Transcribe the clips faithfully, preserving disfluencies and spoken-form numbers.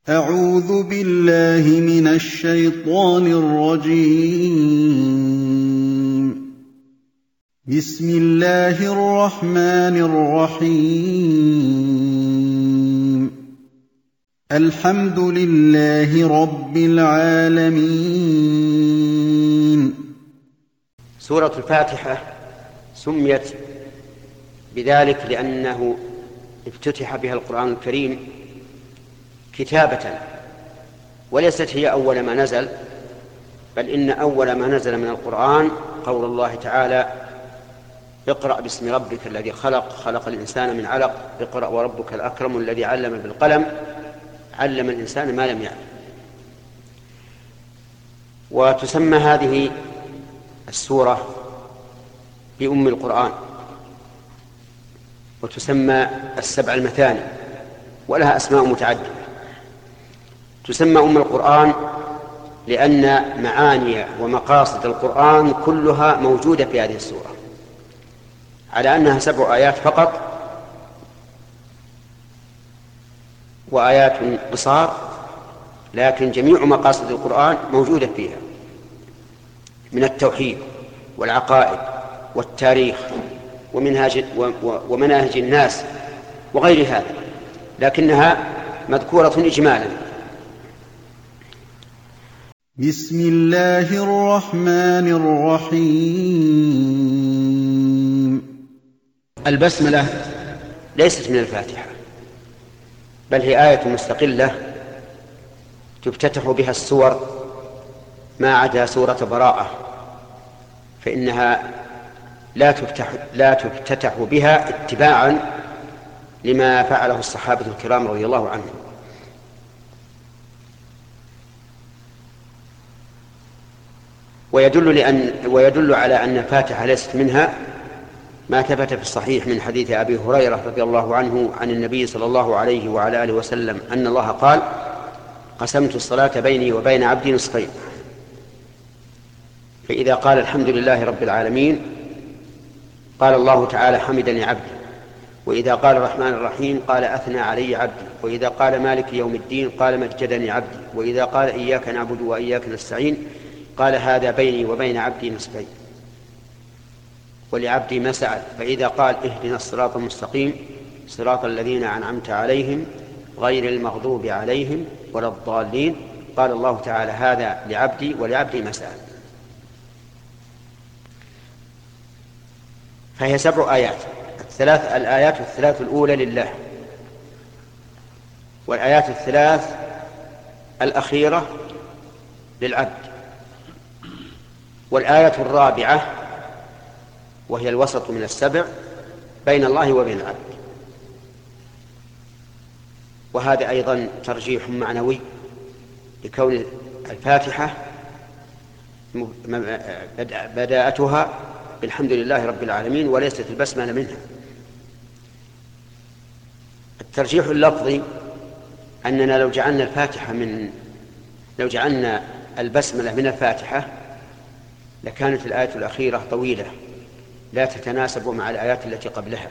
أعوذ بالله من الشيطان الرجيم. بسم الله الرحمن الرحيم. الحمد لله رب العالمين. سورة الفاتحة سميت بذلك لأنه افتتح بها القرآن الكريم كتابة، وليست هي أول ما نزل، بل إن أول ما نزل من القرآن قول الله تعالى: اقرأ باسم ربك الذي خلق خلق الإنسان من علق اقرأ وربك الأكرم الذي علم بالقلم علم الإنسان ما لم يعلم. وتسمى هذه السورة بأم القرآن، وتسمى السبع المثاني، ولها أسماء متعددة. تسمى أم القرآن لأن معاني ومقاصد القرآن كلها موجودة في هذه السورة، على أنها سبع آيات فقط، وآيات قصار، لكن جميع مقاصد القرآن موجودة فيها من التوحيد والعقائد والتاريخ ومنهاج ومناهج الناس وغير هذا، لكنها مذكورة إجمالا. بسم الله الرحمن الرحيم. البسملة ليست من الفاتحة، بل هي آية مستقلة تفتتح بها السور ما عدا سورة براءة، فإنها لا تفتح, لا تفتتح بها اتباعا لما فعله الصحابة الكرام رضي الله عنهم. ويدل, لأن ويدل على أن الفاتحة ليست منها ما ثبت في الصحيح من حديث أبي هريرة رضي الله عنه عن النبي صلى الله عليه وعلى آله وسلم أن الله قال: قسمت الصلاة بيني وبين عبدي نصفين، فإذا قال الحمد لله رب العالمين قال الله تعالى: حمدني عبدي. وإذا قال الرحمن الرحيم قال: أثنى علي عبدي. وإذا قال مالك يوم الدين قال: مجدني عبدي. وإذا قال إياك نعبد وإياك نستعين قال: هذا بيني وبين عبدي نصفين، ولعبدي ما سأل. فإذا قال: اهدنا الصراط المستقيم صراط الذين أنعمت عليهم غير المغضوب عليهم ولا الضالين قال الله تعالى: هذا لعبدي ولعبدي ما سأل. فهي سبع آيات، الثلاث الآيات الثلاث الأولى لله، والآيات الثلاث الأخيرة للعبد، والآية الرابعة وهي الوسط من السبع بين الله وبين العبد. وهذا أيضا ترجيح معنوي لكون الفاتحة بداءتها بالحمد لله رب العالمين وليست البسملة منها. الترجيح اللفظي أننا لو جعلنا الفاتحة من لو جعلنا البسملة من الفاتحة لكانت الآية الأخيرة طويلة لا تتناسب مع الآيات التي قبلها،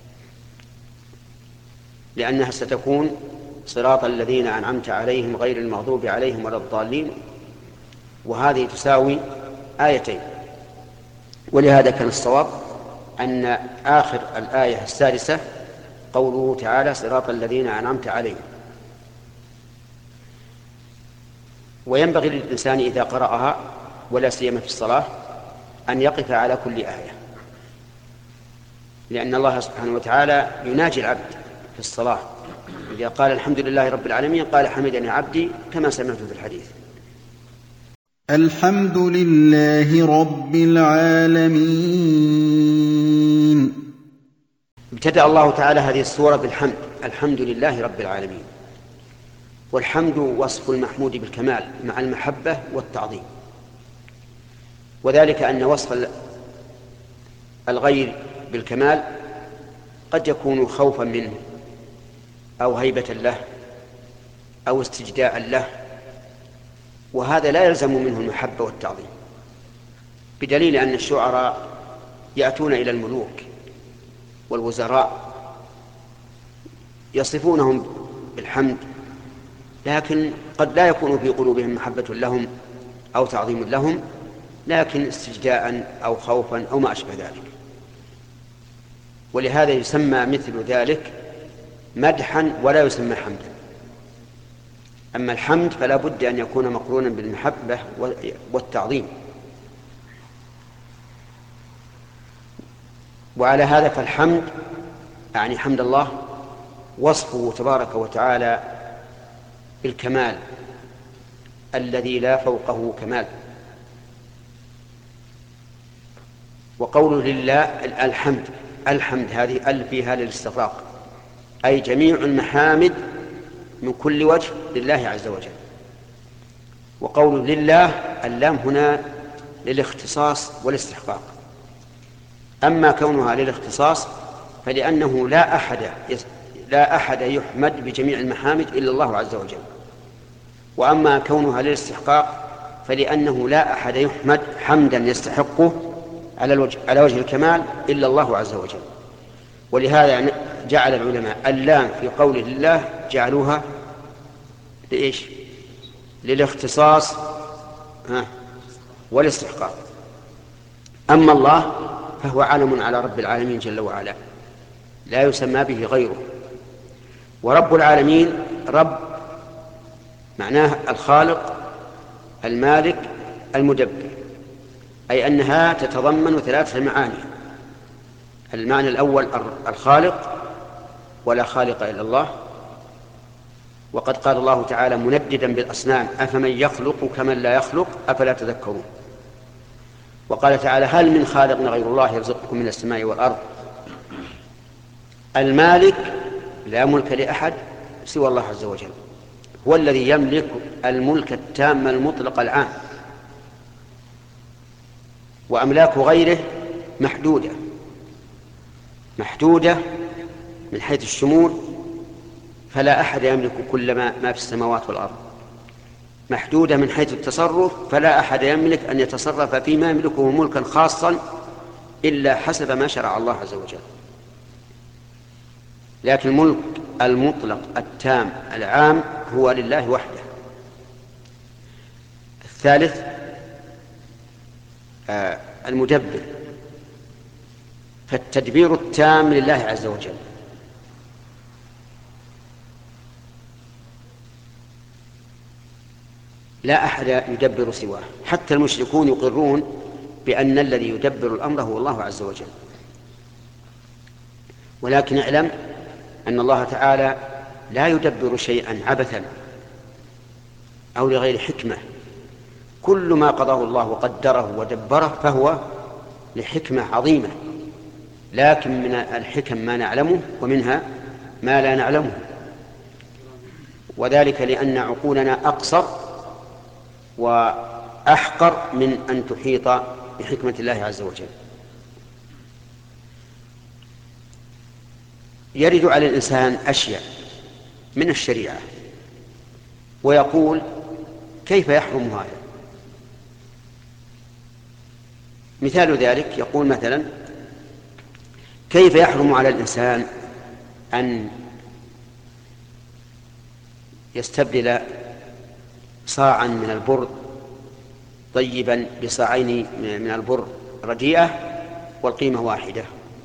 لأنها ستكون صراط الذين أنعمت عليهم غير المغضوب عليهم ولا الضالين، وهذه تساوي آيتين. ولهذا كان الصواب أن آخر الآية السادسة قوله تعالى: صراط الذين أنعمت عليهم. وينبغي للإنسان إذا قرأها ولا سيما في الصلاة أن يقف على كل آية، لأن الله سبحانه وتعالى يناجي العبد في الصلاة. إذا قال الحمد لله رب العالمين قال: حمدني عبدي، كما سمعت في الحديث. الحمد لله رب العالمين. ابتدأ الله تعالى هذه السورة بالحمد، الحمد لله رب العالمين. والحمد وصف المحمود بالكمال مع المحبة والتعظيم، وذلك أن وصف الغير بالكمال قد يكون خوفا منه أو هيبة له أو استجداء له، وهذا لا يلزم منه المحبة والتعظيم، بدليل أن الشعراء يأتون إلى الملوك والوزراء يصفونهم بالحمد لكن قد لا يكون في قلوبهم محبة لهم أو تعظيم لهم، لكن استجداء أو خوفا أو ما أشبه ذلك. ولهذا يسمى مثل ذلك مدحا ولا يسمى حمدا. أما الحمد فلا بد أن يكون مقرونا بالمحبة والتعظيم. وعلى هذا فالحمد يعني حمد الله وصفه تبارك وتعالى بالكمال الذي لا فوقه كمال. وقوله لله الحمد، الحمد هذه ال فيها للاستغراق، أي جميع المحامد من كل وجه لله عز وجل. وقوله لله اللام هنا للاختصاص والاستحقاق. أما كونها للاختصاص فلأنه لا أحد لا أحد يحمد بجميع المحامد إلا الله عز وجل. وأما كونها للاستحقاق فلأنه لا أحد يحمد حمدا يستحقه على الوجه على وجه الكمال إلا الله عز وجل. ولهذا جعل العلماء اللام في قوله لله جعلوها لإيش؟ للاختصاص والاستحقاق. أما الله فهو علم على رب العالمين جل وعلا لا يسمى به غيره. ورب العالمين رب معناه الخالق المالك المدبر، أي أنها تتضمن ثلاثة معاني. المعنى الأول الخالق ولا خالق إلا الله، وقد قال الله تعالى منددا بالأصنام أفمن يخلق كمن لا يخلق أفلا تذكرون. وقال تعالى هل من خالق غير الله يرزقكم من السماء والأرض. المالك لا ملك لأحد سوى الله عز وجل، هو الذي يملك الملك التام المطلق العام، وأملاك غيره محدودة محدودة من حيث الشمول، فلا أحد يملك كل ما, ما في السماوات والأرض. محدودة من حيث التصرف، فلا أحد يملك أن يتصرف فيما يملكه ملكا خاصا إلا حسب ما شرع الله عز وجل. لكن الملك المطلق التام العام هو لله وحده. الثالث آه المدبر، فالتدبير التام لله عز وجل. لا أحد يدبر سواه، حتى المشركون يقرون بأن الذي يدبر الأمر هو الله عز وجل. ولكن اعلم أن الله تعالى لا يدبر شيئا عبثا أو لغير حكمة. كل ما قضاه الله وقدره ودبره فهو لحكمة عظيمة، لكن من الحكم ما نعلمه ومنها ما لا نعلمه، وذلك لأن عقولنا أقصر وأحقر من أن تحيط بحكمة الله عز وجل. يرد على الإنسان أشياء من الشريعة ويقول كيف يحرم هذا؟ مثال ذلك يقول مثلا كيف يحرم على الإنسان أن يستبدل صاعا من البر طيبا بصاعين من البر رديئة والقيمة واحدة؟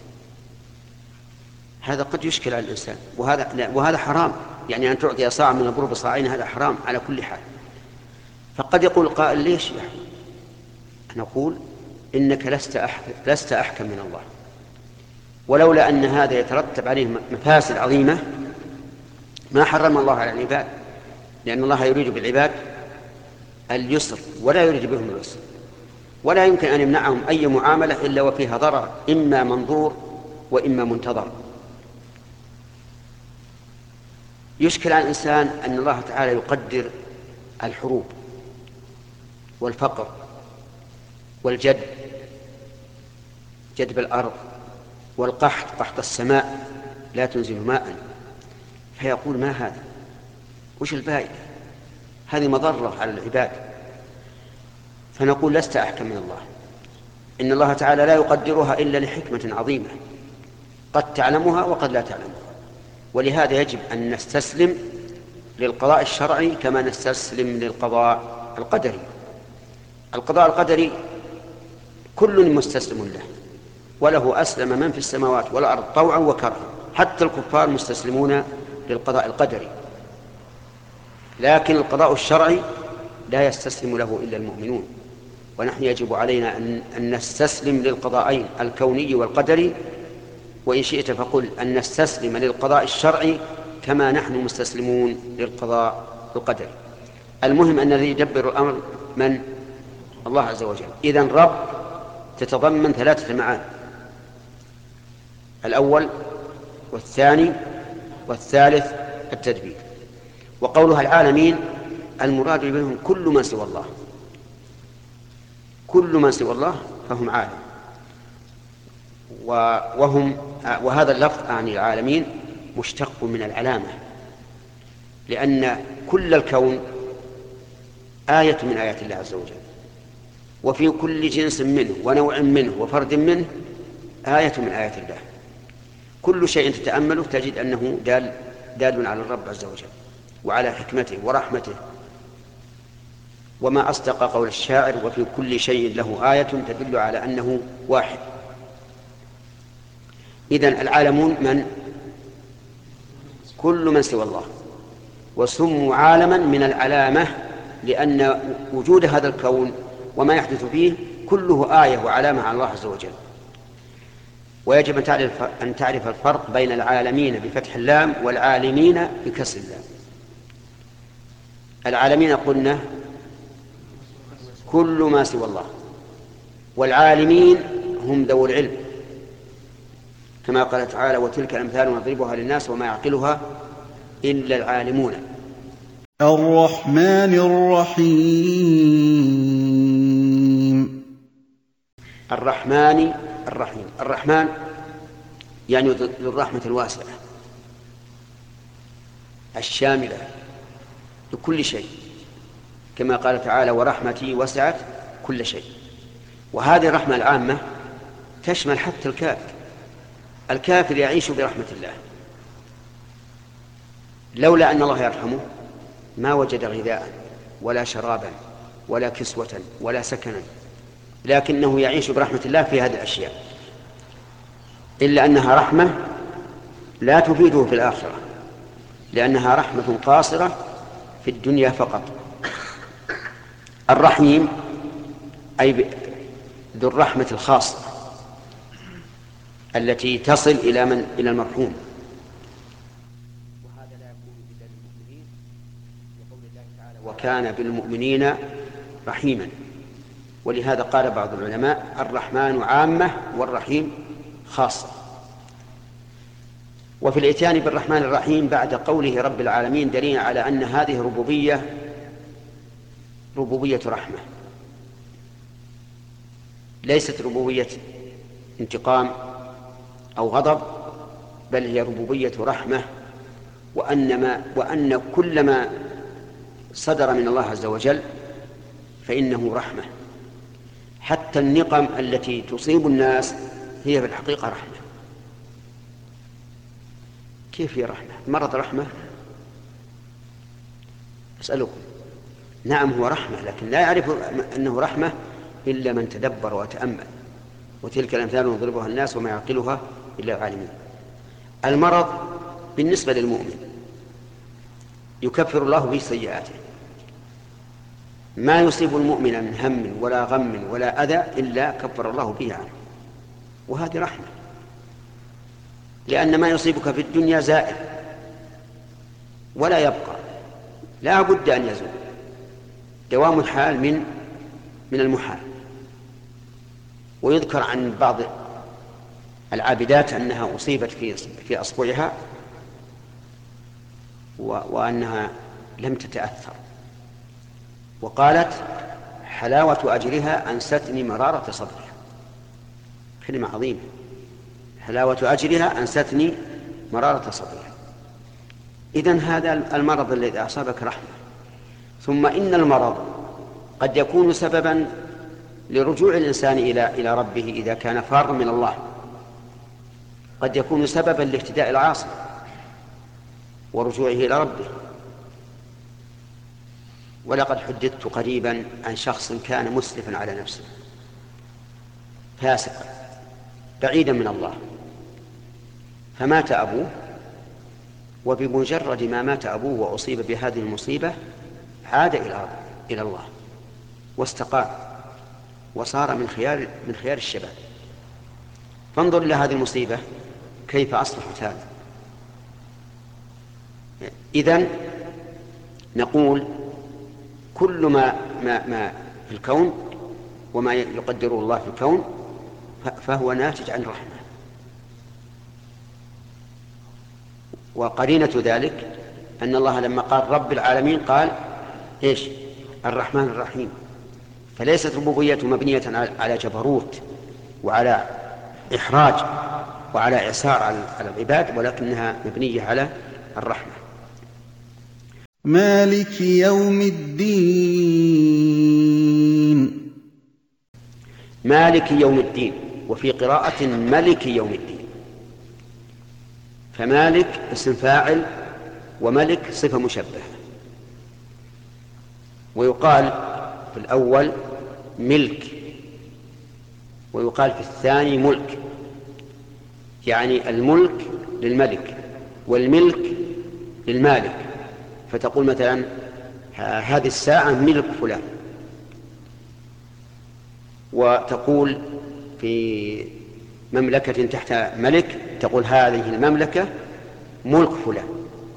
هذا قد يشكل على الإنسان، وهذا وهذا حرام. يعني أن تعطي صاع من البر بصاعين هذا حرام على كل حال. فقد يقول قائل ليش يا أخي؟ نقول إنك لست أحكم, لست أحكم من الله، ولولا أن هذا يترتب عليه مفاسد عظيمة ما حرم الله على العباد، لأن الله يريد بالعباد اليسر ولا يريد بهم العسر، ولا يمكن أن يمنعهم أي معاملة إلا وفيها ضرر إما منظور وإما منتظر. يشكل على الإنسان أن الله تعالى يقدر الحروب والفقر والجد جدب الأرض والقحط قحط السماء لا تنزل ماء، فيقول ما هذا؟ وش الفائدة؟ هذه مضرة على العباد. فنقول لست أحكم من الله، إن الله تعالى لا يقدرها إلا لحكمة عظيمة قد تعلمها وقد لا تعلمها. ولهذا يجب أن نستسلم للقضاء الشرعي كما نستسلم للقضاء القدري. القضاء القدري كل مستسلم له، وله أسلم من في السماوات والأرض طوعا وكرها، حتى الكفار مستسلمون للقضاء القدري. لكن القضاء الشرعي لا يستسلم له إلا المؤمنون، ونحن يجب علينا أن نستسلم للقضاءين الكوني والقدري، وإن شئت فقل أن نستسلم للقضاء الشرعي كما نحن مستسلمون للقضاء القدري. المهم أن الذي يدبر الأمر من؟ الله عز وجل. إذن رب تتضمن ثلاثة معاني: الأول والثاني والثالث التدبير. وقولها العالمين المراد بهم كل من سوى الله، كل من سوى الله فهم عالم. وهم وهذا اللفظ عن العالمين مشتق من العلامة، لأن كل الكون آية من آيات الله عز وجل، وفي كل جنس منه ونوع منه وفرد منه آية من آيات الله. كل شيء تتأمله تجد أنه دال, دال على الرب عز وجل وعلى حكمته ورحمته. وما أصدق قول الشاعر: وفي كل شيء له آية تدل على أنه واحد. إذن العالمون من؟ كل من سوى الله، وسموا عالما من العلامة لأن وجود هذا الكون وما يحدث فيه كله آية وعلامة على الله عز وجل. ويجب أن تعرف الفرق بين العالمين بفتح اللام والعالمين بكسر اللام. العالمين قلنا كل ما سوى الله، والعالمين هم ذو العلم، كما قال تعالى: وتلك الأمثال نضربها للناس وما يعقلها إلا العالمون. الرحمن الرحيم. الرحمن الرحيم. الرحمن يعني ذو الرحمة الواسعة الشاملة لكل شيء، كما قال تعالى: ورحمتي وسعت كل شيء. وهذه الرحمة العامة تشمل حتى الكافر. الكافر يعيش برحمة الله، لولا أن الله يرحمه ما وجد غذاء ولا شرابا ولا كسوة ولا سكنا، لكنه يعيش برحمة الله في هذه الأشياء، إلا أنها رحمة لا تفيده في الآخرة، لأنها رحمة قاصرة في الدنيا فقط. الرحيم أي ذو الرحمة الخاصة التي تصل إلى من إلى المرحوم. وهذا لا يكون إلا للمؤمنين، لقول الله تعالى: وكان بالمؤمنين رحيما. ولهذا قال بعض العلماء: الرحمن عامة والرحيم خاصة. وفي الإتيان بالرحمن الرحيم بعد قوله رب العالمين دليل على أن هذه ربوبية ربوبية رحمة، ليست ربوبية انتقام أو غضب، بل هي ربوبية رحمة. وأن, ما وأن كل ما صدر من الله عز وجل فإنه رحمة. حتى النقم التي تصيب الناس هي في الحقيقة رحمة. كيف هي رحمة؟ المرض رحمة؟ أسألكم. نعم هو رحمة، لكن لا يعرف أنه رحمة إلا من تدبر وتأمل. وتلك الأمثال نضربها الناس وما يعقلها إلا العالمين. المرض بالنسبة للمؤمن يكفر الله به سيئاته، ما يصيب المؤمن من هم ولا غم ولا أذى إلا كفر الله به عنه، وهذه رحمة، لأن ما يصيبك في الدنيا زائل ولا يبقى، لا بد أن يزول. دوام الحال من من المحال. ويذكر عن بعض العابدات أنها أصيبت في في أصبعها وأنها لم تتأثر، وقالت: حلاوة أجرها أنستني مرارة صبرها. كلمة عظيمة، حلاوة أجرها أنستني مرارة صبرها. إذن هذا المرض الذي أصابك رحمة. ثم إن المرض قد يكون سببا لرجوع الإنسان إلى إلى ربه إذا كان فارا من الله، قد يكون سببا لاهتداء العاصي ورجوعه إلى ربه، ولقد حدثت قريبا عن شخص كان مسرفا على نفسه فاسقا بعيدا من الله، فمات أبوه، وبمجرد ما مات أبوه وأصيب بهذه المصيبة عاد إلى الله واستقام وصار من خيار من خيار الشباب. فانظر إلى هذه المصيبة كيف أصبحت هذا. إذن نقول كل ما, ما, ما في الكون وما يقدره الله في الكون فهو ناتج عن الرحمة. وقرينة ذلك أن الله لما قال رب العالمين قال إيش؟ الرحمن الرحيم. فليست ربوبيته مبنية على جبروت وعلى إحراج وعلى إعسار على العباد، ولكنها مبنية على الرحمة. مالك يوم الدين. مالك يوم الدين، وفي قراءة ملك يوم الدين. فمالك اسم فاعل وملك صفة مشبهة. ويقال في الأول ملك ويقال في الثاني ملك، يعني الملك للملك والملك للمالك. فتقول مثلا هذه الساعة ملك فلان، وتقول في مملكة تحت ملك تقول هذه المملكة ملك فلان.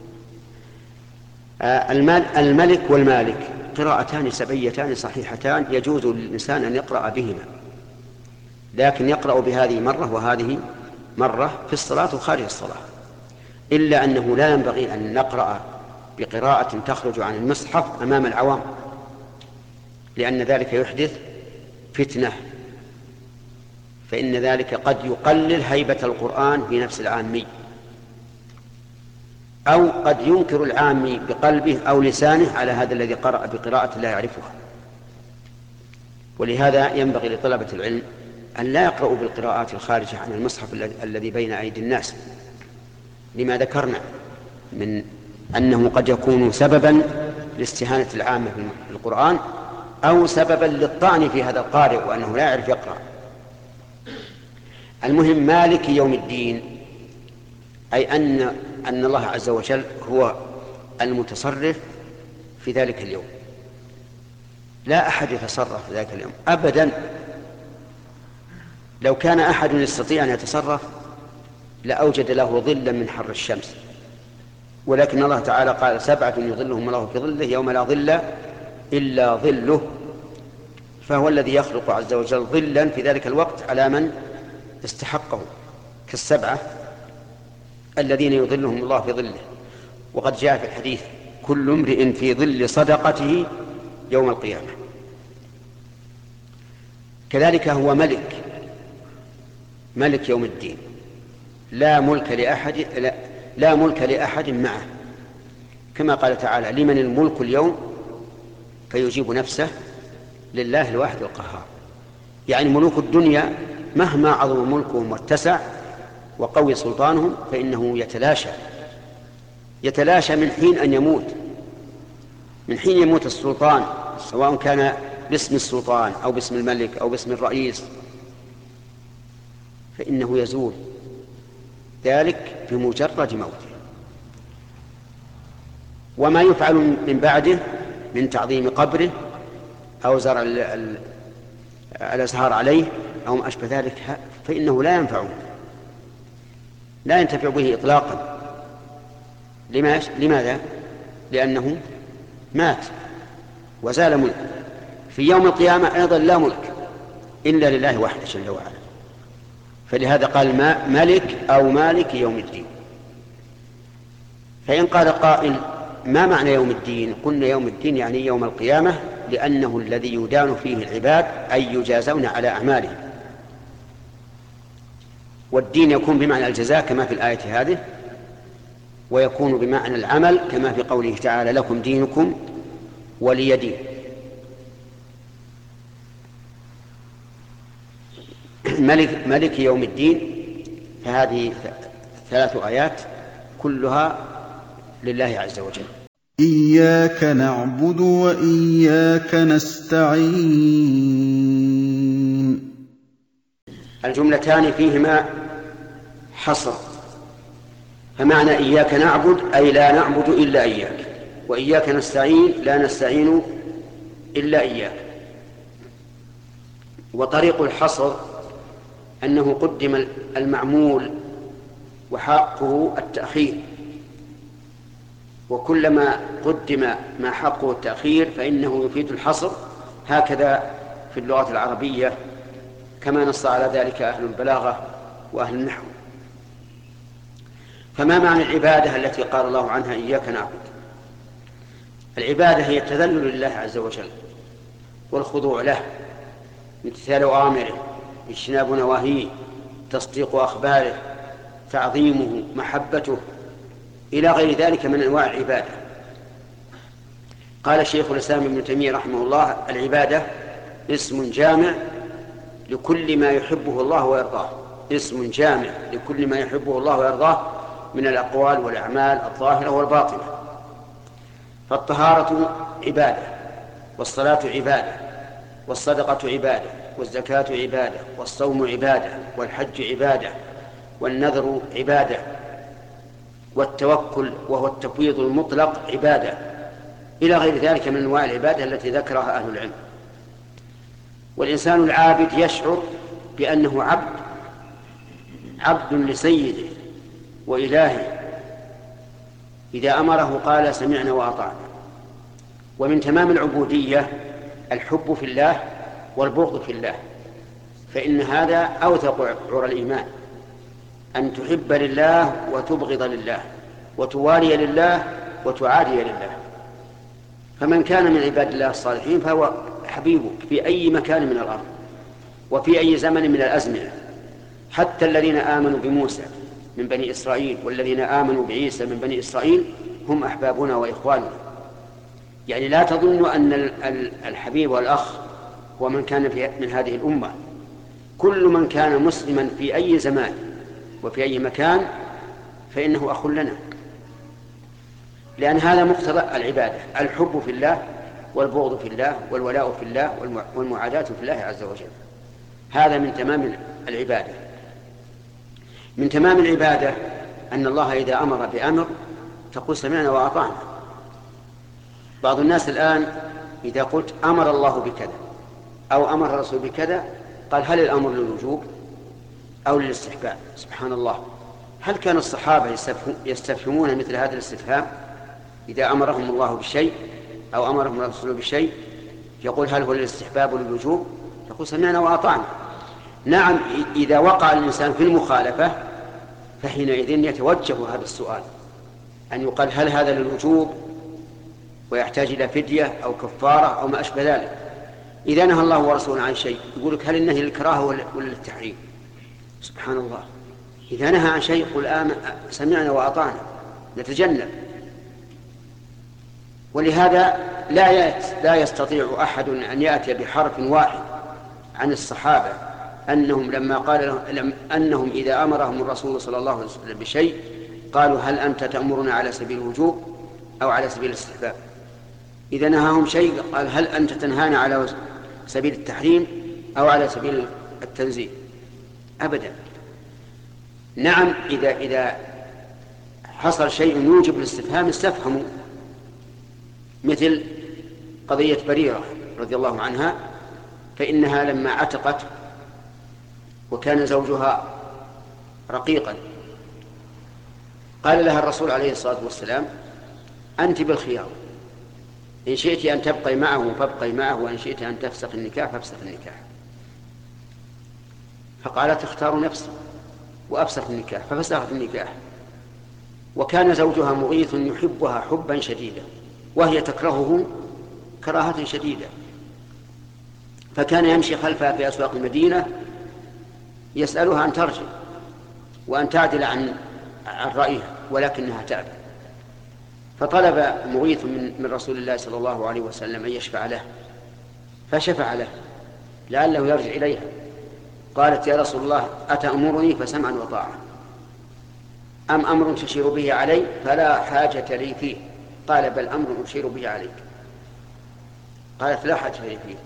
الملك والمالك قراءتان سبعيتان صحيحتان يجوز للإنسان أن يقرأ بهما، لكن يقرأ بهذه مرة وهذه مرة في الصلاة وخارج الصلاة، إلا أنه لا ينبغي أن نقرأ بقراءة تخرج عن المصحف أمام العوام، لأن ذلك يحدث فتنة، فإن ذلك قد يقلل هيبة القرآن في نفس العامي، أو قد ينكر العامي بقلبه أو لسانه على هذا الذي قرأ بقراءة لا يعرفها. ولهذا ينبغي لطلبة العلم أن لا يقرأوا بالقراءات الخارجة عن المصحف الذي بين أيدي الناس، لما ذكرنا من أنه قد يكون سببا لاستهانة العامة بالقرآن، أو سببا للطعن في هذا القارئ وأنه لا يعرف يقرأ. المهم مالك يوم الدين، أي أن أن الله عز وجل هو المتصرف في ذلك اليوم، لا أحد يتصرف في ذلك اليوم أبدا. لو كان أحد يستطيع أن يتصرف لأوجد له ظلا من حر الشمس، ولكن الله تعالى قال سبعة يظلهم الله في ظله يوم لا ظل إلا ظله، فهو الذي يخلق عز وجل ظلا في ذلك الوقت على من استحقه، كالسبعة الذين يظلهم الله في ظله. وقد جاء في الحديث كل امرئ في ظل صدقته يوم القيامة. كذلك هو ملك، ملك يوم الدين، لا ملك لأحد لا, لا ملك لأحد معه، كما قال تعالى لمن الملك اليوم فيجيب نفسه لله الواحد القهار. يعني ملوك الدنيا مهما عظم ملكهم واتسع وقوي سلطانهم فإنه يتلاشى يتلاشى من حين أن يموت، من حين يموت السلطان، سواء كان باسم السلطان أو باسم الملك أو باسم الرئيس، فإنه يزول ذلك بمجرد موته. وما يفعل من بعده من تعظيم قبره أو زرع الأزهار عليه أو ما أشبه ذلك فإنه لا ينفعه، لا ينتفع به إطلاقا. لماذا؟ لأنه مات وزال ملك. في يوم القيامة أيضا لا ملك إلا لله وحده جل وعلا. فلهذا قال ما ملك أو مالك يوم الدين. فإن قال قائل ما معنى يوم الدين؟ قلنا يوم الدين يعني يوم القيامة، لأنه الذي يدان فيه العباد أي يجازون على أعمالهم. والدين يكون بمعنى الجزاء كما في الآية هذه، ويكون بمعنى العمل كما في قوله تعالى لكم دينكم ولي دين. ملك, ملك يوم الدين، فهذه ثلاث آيات كلها لله عز وجل. إياك نعبد وإياك نستعين. الجملتان فيهما حصر، فمعنى إياك نعبد أي لا نعبد إلا إياك، وإياك نستعين لا نستعين إلا إياك. وطريق الحصر أنه قدم المعمول وحقه التأخير، وكلما قدم ما حقه التأخير فإنه يفيد الحصر، هكذا في اللغة العربية كما نص على ذلك أهل البلاغة وأهل النحو. فما معنى العبادة التي قال الله عنها إياك نعبد؟ العبادة هي التذلل لله عز وجل والخضوع له، امتثال أوامره، اجتناب نواهيه، تصديق أخباره، تعظيمه، محبته، إلى غير ذلك من أنواع العبادة. قال الشيخ الإسلام ابن تيمية رحمه الله: العبادة اسم جامع لكل ما يحبه الله ويرضاه، اسم جامع لكل ما يحبه الله ويرضاه من الأقوال والأعمال الظاهرة والباطنة. فالطهارة عبادة، والصلاة عبادة، والصدقة عبادة، والزكاة عبادة، والصوم عبادة، والحج عبادة، والنذر عبادة، والتوكل وهو التفويض المطلق عبادة، إلى غير ذلك من أنواع العبادة التي ذكرها أهل العلم. والإنسان العابد يشعر بأنه عبد عبد لسيده وإلهه، إذا أمره قال سمعنا وأطعنا. ومن تمام العبودية الحب في الله والبغض في الله، فإن هذا أوثق عرى الإيمان، أن تحب لله وتبغض لله، وتوالي لله وتعادي لله. فمن كان من عباد الله الصالحين فهو حبيبك في أي مكان من الأرض وفي أي زمن من الأزمنة. حتى الذين آمنوا بموسى من بني إسرائيل والذين آمنوا بعيسى من بني إسرائيل هم أحبابنا وإخواننا. يعني لا تظنوا أن الحبيب والأخ هو من كان في من هذه الأمة، كل من كان مسلما في أي زمان وفي أي مكان فإنه أخ لنا، لأن هذا مقتضى العبادة: الحب في الله والبغض في الله والولاء في الله والمعاداة في الله عز وجل. هذا من تمام العبادة. من تمام العبادة أن الله إذا أمر بأمر تقول سمعنا وأطعنا. بعض الناس الآن إذا قلت أمر الله بكذا أو أمر الرسول بكذا قال هل الأمر للوجوب أو للاستحباب؟ سبحان الله، هل كان الصحابة يستفهمون مثل هذا الاستفهام؟ إذا أمرهم الله بالشيء أو أمرهم الرسول بالشيء يقول هل هو للاستحباب وللوجوب؟ يقول سمعنا وأطعنا. نعم، إذا وقع الإنسان في المخالفة فحينئذ يتوجه هذا السؤال، أن يقال هل هذا للوجوب ويحتاج إلى فدية أو كفارة أو ما أشبه ذلك. إذا نهى الله ورسوله عن شيء يقول لك هل النهي للكراهة ولا للتحريم؟ سبحان الله، إذا نهى عن شيء قل آمن سمعنا وأطعنا نتجنب. ولهذا لا لا يستطيع أحد أن يأتي بحرف واحد عن الصحابة أنهم لما قال لهم أنهم إذا أمرهم الرسول صلى الله عليه وسلم بشيء قالوا هل أنت تأمرنا على سبيل الوجوب أو على سبيل الاستحباب؟ إذا نهاهم شيء قال هل أنت تنهانا على سبيل التحريم أو على سبيل التنزيه؟ أبدا. نعم، إذا إذا حصل شيء يوجب الاستفهام استفهموا، مثل قضية بريرة رضي الله عنها، فإنها لما عتقت وكان زوجها رقيقا قال لها الرسول عليه الصلاة والسلام أنت بالخيار، إن شئت أن تبقي معه فابقي معه، وإن شئت أن تفسخ النكاح فافسخ النكاح. فقالت اختار نفسي وأفسخ النكاح، ففسخت النكاح. وكان زوجها مغيث يحبها حبا شديدا وهي تكرهه كراهة شديدة، فكان يمشي خلفها في أسواق المدينة يسألها أن ترجع وأن تعدل عن عن رأيها، ولكنها تأبى. فطلب مغيث من, من رسول الله صلى الله عليه وسلم أن يشفع له، فشفع له لعله يرجع إليها. قالت يا رسول الله أتأمرني فسمعا وطاعة، أم أمر تشير به علي فلا حاجة لي فيه؟ قال بل أمر أشير به عليك. قالت لا حاجة لي فيه.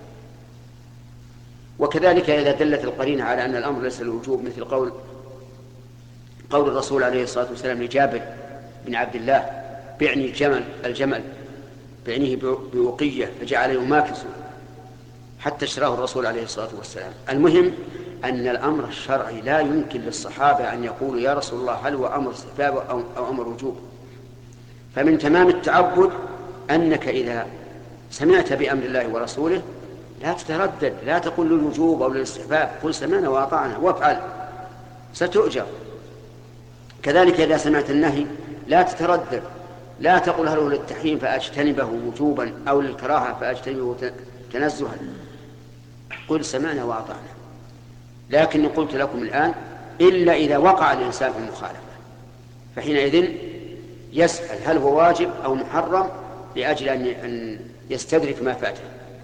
وكذلك إذا دلت القرينة على أن الأمر ليس الوجوب، مثل قول قول الرسول عليه الصلاة والسلام لجابر بن عبد الله بعني الجمل الجمل بعنيه بوقية فجعل يماكسه حتى اشتراه الرسول عليه الصلاة والسلام. المهم أن الأمر الشرعي لا يمكن للصحابة أن يقولوا يا رسول الله هل هو أمر استحباب أو أمر وجوب. فمن تمام التعبد أنك إذا سمعت بأمر الله ورسوله لا تتردد، لا تقول للوجوب أو للاستحباب، قل سمعنا وأطعنا وافعل ستؤجر. كذلك إذا سمعت النهي لا تتردد، لا تقل هل هو للتحريم فأجتنبه وجوبا أو للكراهة فأجتنبه تنزها، قل سمعنا وأطعنا. لكن قلت لكم الآن إلا إذا وقع الإنسان في المخالفة، فحينئذ يسأل هل هو واجب أو محرم لأجل أن يستدرك ما فاته.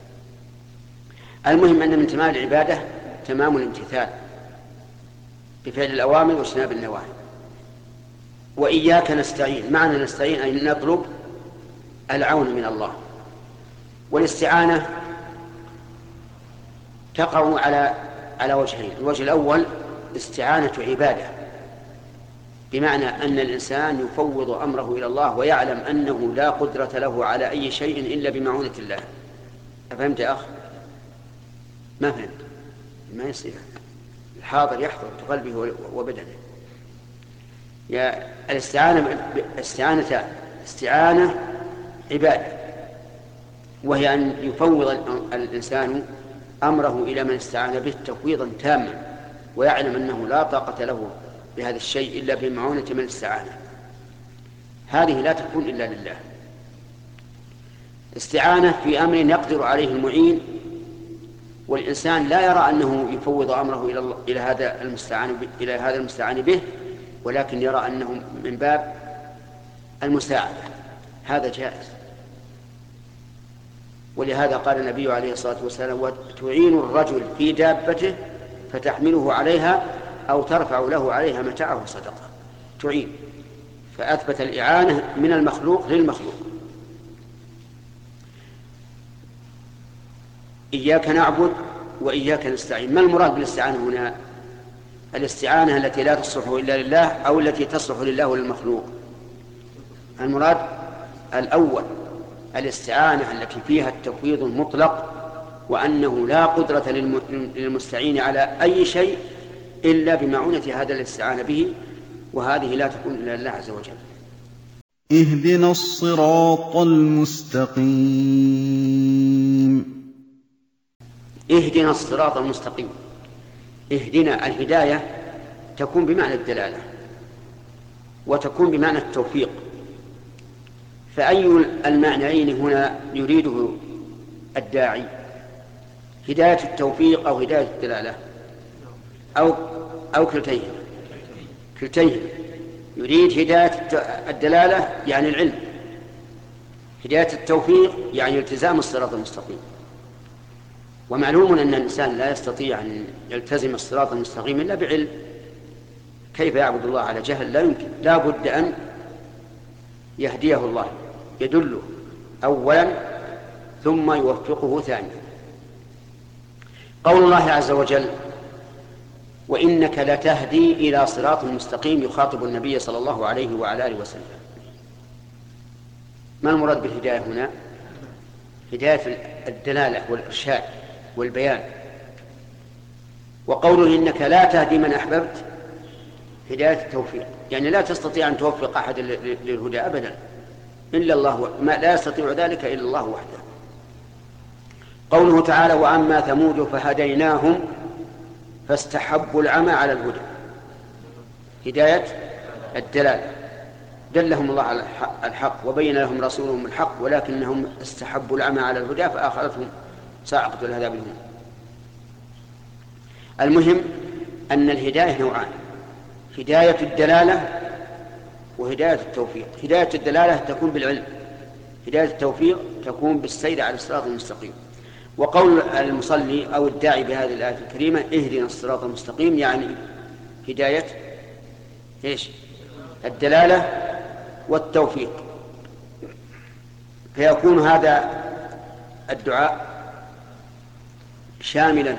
المهم أن من تمام العبادة تمام الامتثال بفعل الأوامر واجتناب النواهي. وإياك نستعين، معنى نستعين أي نطلب العون من الله. والاستعانة تقع على على وجهين. الوجه الأول استعانة عبادة، بمعنى أن الإنسان يفوض أمره إلى الله ويعلم أنه لا قدرة له على أي شيء إلا بمعونة الله. فهمت يا أخ؟ ما فهمت؟ ما يصير. الحاضر يحضر بقلبه وبدنه. يا الاستعانة استعانة استعانة عبادة، وهي أن يفوض الإنسان أمره إلى من استعان به تفويضا تاما، ويعلم أنه لا طاقة له بهذا الشيء إلا بمعونة من استعانه. هذه لا تكون إلا لله. استعانة في أمر يقدر عليه المعين، والإنسان لا يرى أنه يفوض أمره إلى إلى هذا المستعان إلى هذا المستعان به، ولكن يرى أنه من باب المساعدة. هذا جائز. ولهذا قال النبي عليه الصلاة والسلام وتعين الرجل في دابته فتحمله عليها أو ترفع له عليها متاعه صدقة. تعين، فأثبت الإعانة من المخلوق للمخلوق. إياك نعبد وإياك نستعين. ما المراد بالاستعانة هنا؟ الاستعانة التي لا تصلح إلا لله أو التي تصلح لله وللمخلوق؟ المراد الأول، الاستعانة التي فيها التفويض المطلق، وأنه لا قدرة للمستعين على أي شيء إلا بمعونة هذا الاستعانة به، وهذه لا تكون إلا لله عز وجل. اهدنا الصراط المستقيم. اهدنا الصراط المستقيم. اهدنا، الهداية تكون بمعنى الدلالة وتكون بمعنى التوفيق، فأي المعنيين هنا يريده الداعي؟ هداية التوفيق أو هداية الدلالة أو أو كلتين كلتين يريد هداية الدلالة يعني العلم، هداية التوفيق يعني التزام الصراط المستقيم. ومعلوم أن الإنسان لا يستطيع أن يلتزم الصراط المستقيم إلا بعلم. كيف يعبد الله على جهل؟ لا يمكن. لا بد أن يهديه الله، يدله أولا ثم يوفقه ثانيا. قول الله عز وجل وإنك لتهدي إلى صراط مستقيم يخاطب النبي صلى الله عليه وعلى آله وسلم. ما المراد بالهداية هنا؟ هداية الدلالة والإرشاد والبيان. وقوله إنك لا تهدي من أحببت هداية التوفيق، يعني لا تستطيع أن توفق أحد للهدى أبدا إلا الله، ما لا يستطيع ذلك إلا الله وحده. قوله تعالى وأما ثمود فهديناهم فاستحبوا العمى على الهدى، هداية الدلالة، دلهم الله على الحق وبين لهم رسولهم الحق، ولكنهم استحبوا العمى على الهدى فأخذتهم صاعقة العذاب الهون. المهم أن الهداية نوعان: هداية الدلالة وهداية التوفيق. هداية الدلالة تكون بالعلم، هداية التوفيق تكون بالسير على الصراط المستقيم. وقول المصلي أو الداعي بهذه الآية الكريمة اهدنا الصراط المستقيم يعني هداية إيش؟ الدلالة والتوفيق. فيكون هذا الدعاء شاملا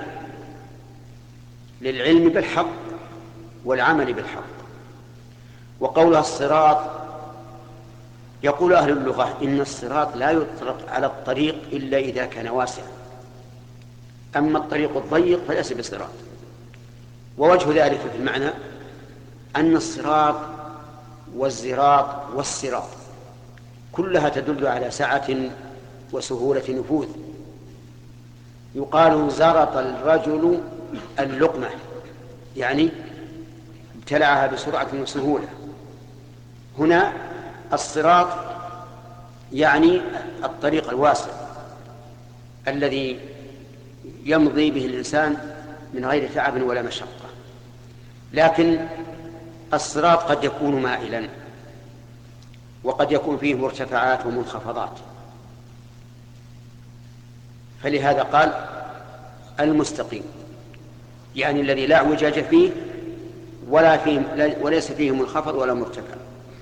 للعلم بالحق والعمل بالحق. وقولها الصراط، يقول أهل اللغة إن الصراط لا يطلق على الطريق إلا إذا كان واسعا، أما الطريق الضيق فليس بصراط. ووجه ذلك في المعنى أن الصراط والزراط والصراط كلها تدل على سعة وسهولة نفوذ. يقال زرط الرجل اللقمة، يعني ابتلعها بسرعة وسهولة. هنا الصراط يعني الطريق الواسع الذي يمضي به الإنسان من غير تعب ولا مشقة. لكن الصراط قد يكون مائلا، وقد يكون فيه مرتفعات ومنخفضات، فلهذا قال المستقيم، يعني الذي لا اعوجاج فيه ولا فيه وليس فيه منخفض ولا مرتفع.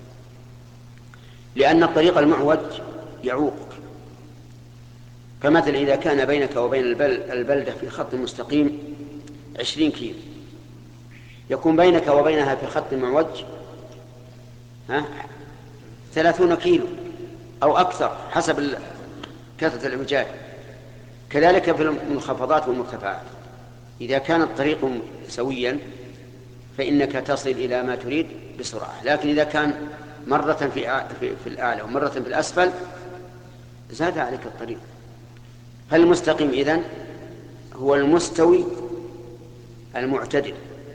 لأن الطريق المعوج يعوقك، فمثلا إذا كان بينك وبين البلدة في خط مستقيم عشرين كيلو، يكون بينك وبينها في خط معوج ها ثلاثون كيلو أو أكثر حسب كثرة الإعوجاج. كذلك في المنخفضات والمرتفعات، إذا كان الطريق سويا فإنك تصل إلى ما تريد بسرعة، لكن إذا كان مرة في في الأعلى ومرة في الأسفل زاد عليك الطريق. فالمستقيم إذن هو المستوي المعتدل،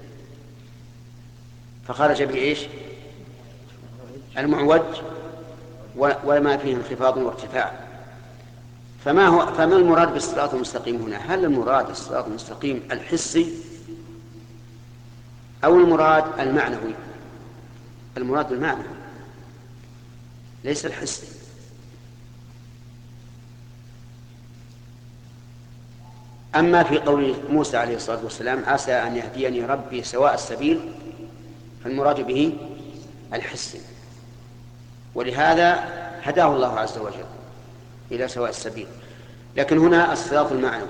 فخرج بإيش؟ المعوج وما فيه انخفاض وارتفاع. فما هو فما المراد بالصراط المستقيم هنا؟ هل المراد الصراط المستقيم الحسي أو المراد المعنوي؟ المراد المعنوي ليس الحسي. أما في قول موسى عليه الصلاة والسلام عسى أن يهديني ربي سواء السبيل، فالمراد به الحسي، ولهذا هداه الله عز وجل إلى سواء السبيل. لكن هنا الصراط المعنوي،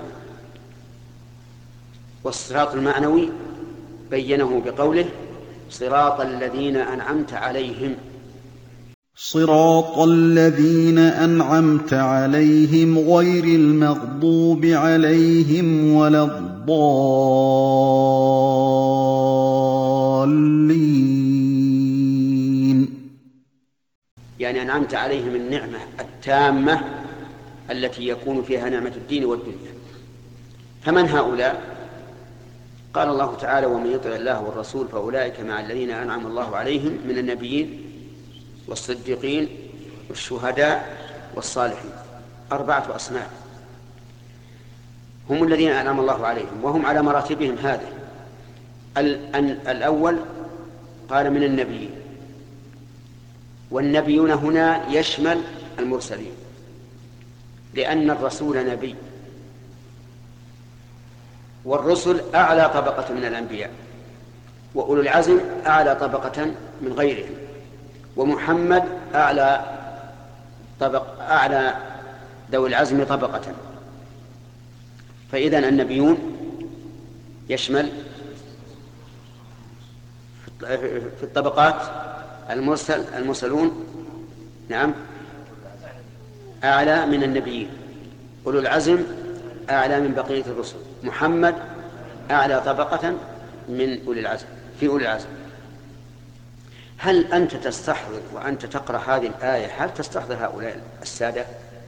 والصراط المعنوي بينه بقوله صراط الذين أنعمت عليهم. صراط الذين أنعمت عليهم غير المغضوب عليهم ولا الضالين. يعني أنعمت عليهم النعمة التامة التي يكون فيها نعمة الدين والدنيا. فمن هؤلاء؟ قال الله تعالى ومن يطع الله والرسول فأولئك مع الذين أنعم الله عليهم من النبيين والصديقين والشهداء والصالحين. أربعة أصناف هم الذين أنعم الله عليهم، وهم على مراتبهم هذه. الأول قال من النبيين، والنبيون هنا يشمل المرسلين، لأن الرسول نبي، والرسل أعلى طبقة من الأنبياء، وأولو العزم أعلى طبقة من غيرهم، ومحمد أعلى طبق أعلى ذوي العزم طبقة. فإذن النبيون يشمل في الطبقات المرسل المرسلون نعم أعلى من النبيين، أولو العزم أعلى من بقية الرسل، محمد أعلى طبقة من أولي العزم في أولي العزم. هل أنت تستحضر وأنت تقرأ هذه الآية هل تستحضر هؤلاء السادة؟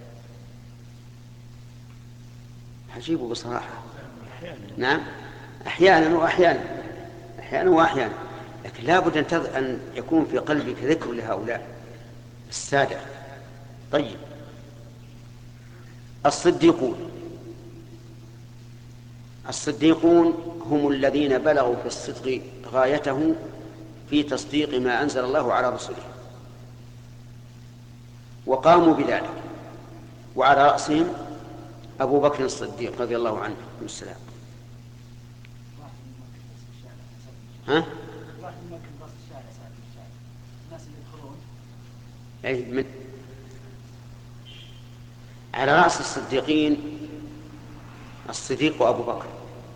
عجيب بصراحة. نعم أحيانا وأحيانا أحيانا وأحيانا لكن لا بد أن يكون في قلبك ذكر لهؤلاء السادة. طيب الصديقون الصديقون هم الذين بلغوا في الصدق غايته في تصديق ما أنزل الله على رسله وقاموا بذلك، وعلى رأسهم أبو بكر الصديق رضي الله عنه والسلام. ها؟ أي من على رأس الصديقين الصديق أبو بكر.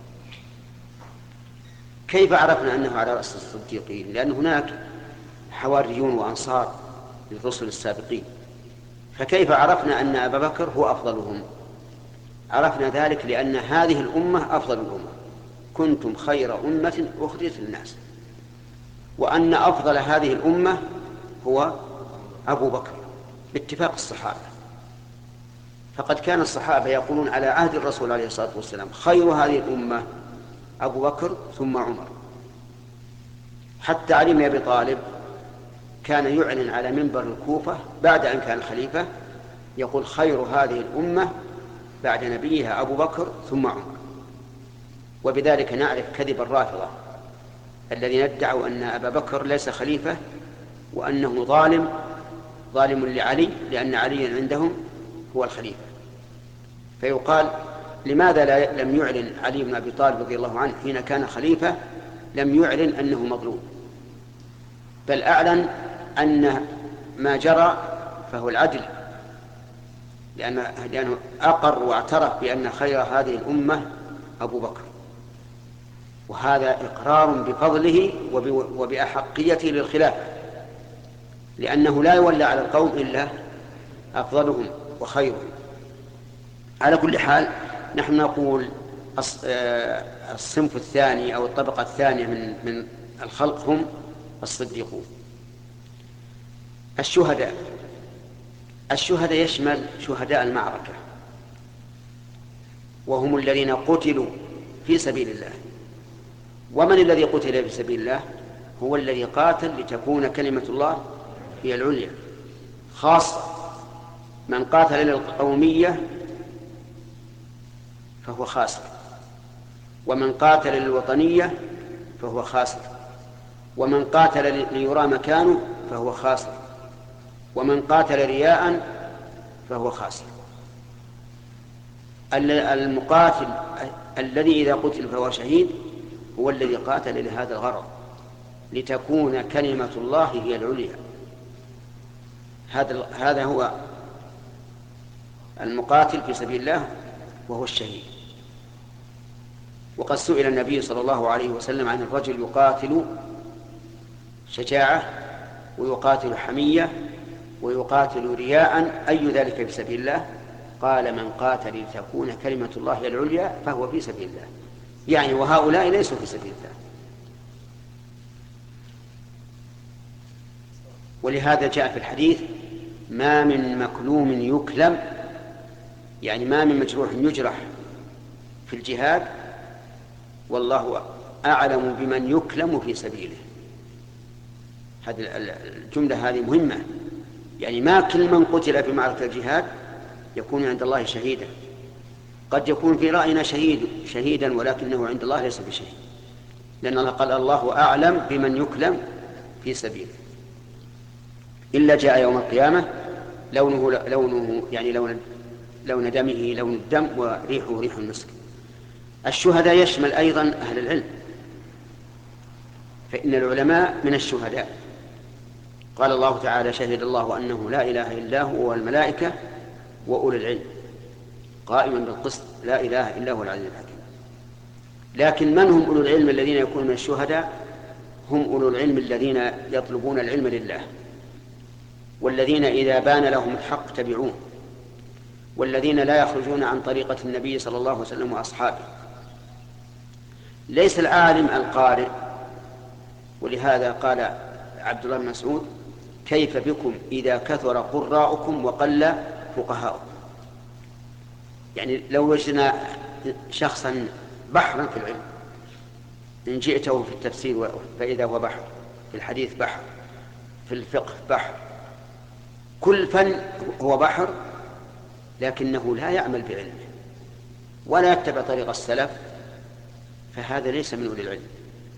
كيف عرفنا أنه على رأس الصديقين؟ لأن هناك حواريون وأنصار للرسل السابقين، فكيف عرفنا أن أبا بكر هو أفضلهم؟ عرفنا ذلك لأن هذه الأمة أفضل الأمة، كنتم خير أمة أخرجت للناس، وأن أفضل هذه الأمة هو أبو بكر باتفاق الصحابة. فقد كان الصحابة يقولون على عهد الرسول عليه الصلاة والسلام خير هذه الأمة أبو بكر ثم عمر. حتى علي بن أبي طالب كان يعلن على منبر الكوفة بعد أن كان خليفة يقول خير هذه الأمة بعد نبيها أبو بكر ثم عمر. وبذلك نعرف كذب الرافضة الذين ادعوا أن أبا بكر ليس خليفة وأنه ظالم ظالم لعلي لأن عليا عندهم هو الخليفة. فيقال لماذا لم يعلن علي بن أبي طالب رضي الله عنه حين كان خليفة لم يعلن أنه مظلوم، بل أعلن أن ما جرى فهو العدل، لأنه أقر واعترف بأن خير هذه الأمة أبو بكر، وهذا إقرار بفضله وبأحقيته للخلافة، لأنه لا يولى على القوم إلا أفضلهم وخيرهم. على كل حال نحن نقول الصنف الثاني أو الطبقة الثانية من من الخلق هم الصديقون. الشهداء الشهداء يشمل شهداء المعركة، وهم الذين قتلوا في سبيل الله. ومن الذي قتل في سبيل الله؟ هو الذي قاتل لتكون كلمة الله هي العليا، خاصة من قاتل للقومية فهو خاسر، ومن قاتل للوطنية فهو خاسر، ومن قاتل ليرى مكانه فهو خاسر، ومن قاتل رياء فهو خاسر. المقاتل الذي إذا قتل فهو شهيد هو الذي قاتل لهذا الغرض لتكون كلمة الله هي العليا. هذا هذا هو المقاتل في سبيل الله وهو الشهيد. وقد سئل النبي صلى الله عليه وسلم عن الرجل يقاتل شجاعة ويقاتل حمية ويقاتل رياء أي ذلك في سبيل الله؟ قال من قاتل لتكون كلمة الله هي العليا فهو في سبيل الله، يعني وهؤلاء ليسوا في سبيل الله. ولهذا جاء في الحديث ما من مكلوم يكلم، يعني ما من مجروح يجرح في الجهاد والله أعلم بمن يكلم في سبيله. هذه الجملة هذه مهمة، يعني ما كل من قتل في معركة الجهاد يكون عند الله شهيدا. قد يكون في رأينا شهيد شهيدا ولكنه عند الله ليس بشهيد، لأن الله قال الله أعلم بمن يكلم في سبيله. إلا جاء يوم القيامة لونه لونه يعني لون لون دمه لون الدم وريحه ريح المسك. الشهداء يشمل أيضا أهل العلم، فإن العلماء من الشهداء. قال الله تعالى شهد الله أنه لا إله إلا هو والملائكة وأولي العلم قائما بالقسط لا إله إلا هو العزيز الحكيم. لكن من هم أولو العلم الذين يكونون من الشهداء؟ هم أولو العلم الذين يطلبون العلم لله، والذين إذا بان لهم الحق تبعوه، والذين لا يخرجون عن طريقة النبي صلى الله عليه وسلم وأصحابه. ليس العالم القارئ. ولهذا قال عبد الله بن مسعود كيف بكم إذا كثر قراءكم وقل فقهاؤكم؟ يعني لو وجدنا شخصا بحرا في العلم إن جئته في التفسير فإذا هو بحر، في الحديث بحر، في الفقه بحر، كل فن هو بحر، لكنه لا يعمل بعلمه ولا يتبع طريق السلف، فهذا ليس من أولي العلم.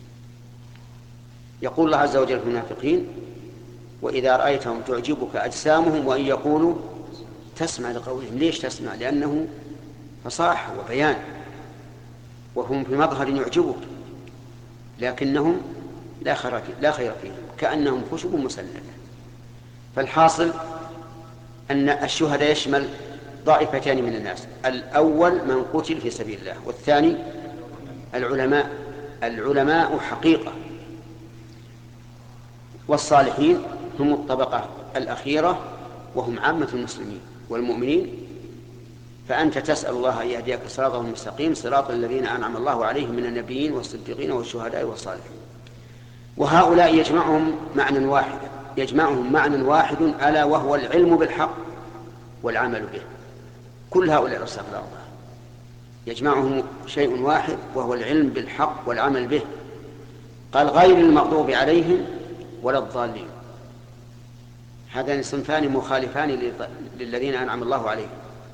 يقول الله عز وجل في المنافقين وإذا رأيتهم تعجبك أجسامهم وإن يقولوا تسمع لقولهم. ليش تسمع؟ لأنه فصاحة وبيان، وهم في مظهر يعجبك لكنهم لا خير لا خير فيهم كأنهم خشب مسندة. فالحاصل أن الشهداء يشمل طائفتان من الناس: الأول من قتل في سبيل الله، والثاني العلماء العلماء حقيقة. والصالحين هم الطبقة الأخيرة وهم عامة المسلمين والمؤمنين. فأنت تسأل الله أن يهديك صراطا المستقيم، صراط الذين أنعم الله عليهم من النبيين والصديقين والشهداء والصالحين. وهؤلاء يجمعهم معنى واحد يجمعهم معنى واحد ألا وهو العلم بالحق والعمل به. كل هؤلاء استغفر الله يجمعهم شيء واحد وهو العلم بالحق والعمل به. قال: غير المغضوب عليهم ولا الضالين. هذان صنفان مخالفان للذين أنعم الله عليهم.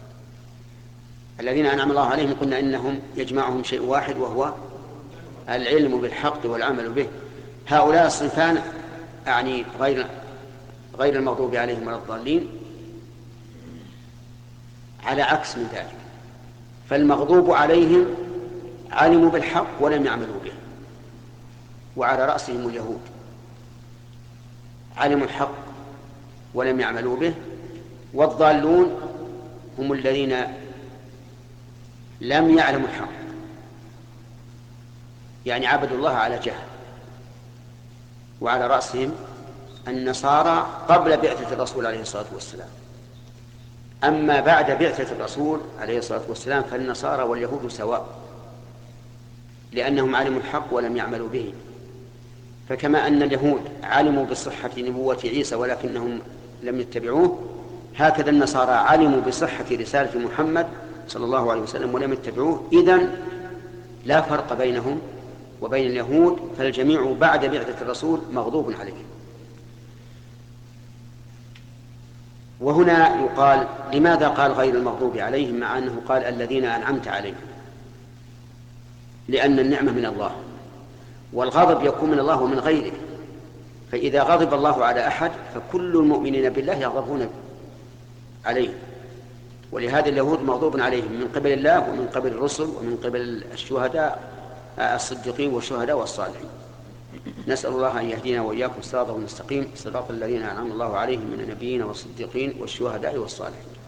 الذين أنعم الله عليهم قلنا إنهم يجمعهم شيء واحد وهو العلم بالحق والعمل به. هؤلاء الصنفان أعني غير غير المغضوب عليهم ولا الضالين على عكس من ذلك. فالمغضوب عليهم علموا بالحق ولم يعملوا به، وعلى رأسهم اليهود علموا الحق ولم يعملوا به. والضالون هم الذين لم يعلموا الحق، يعني عبدوا الله على جهل. وعلى رأسهم النصارى قبل بعثة الرسول عليه الصلاة والسلام. أما بعد بعثة الرسول عليه الصلاة والسلام فالنصارى واليهود سواء، لأنهم علموا الحق ولم يعملوا به. فكما أن اليهود علموا بصحة نبوة عيسى ولكنهم لم يتبعوه، هكذا النصارى علموا بصحة رسالة محمد صلى الله عليه وسلم ولم يتبعوه. إذن لا فرق بينهم وبين اليهود، فالجميع بعد بعثة الرسول مغضوب عليهم. وهنا يقال: لماذا قال غير المغضوب عليهم مع أنه قال الذين أنعمت عليهم؟ لأن النعمة من الله، والغضب يكون من الله ومن غيره. فإذا غضب الله على أحد فكل المؤمنين بالله يغضبون عليه. ولهذا اليهود مغضوب عليهم من قبل الله ومن قبل الرسل ومن قبل الشهداء الصديقين والشهداء والصالحين. نسأل الله أن يهدينا وإياكم صراطه المستقيم، صراط الذين أنعم الله عليهم من النبيين والصديقين والشهداء والصالحين.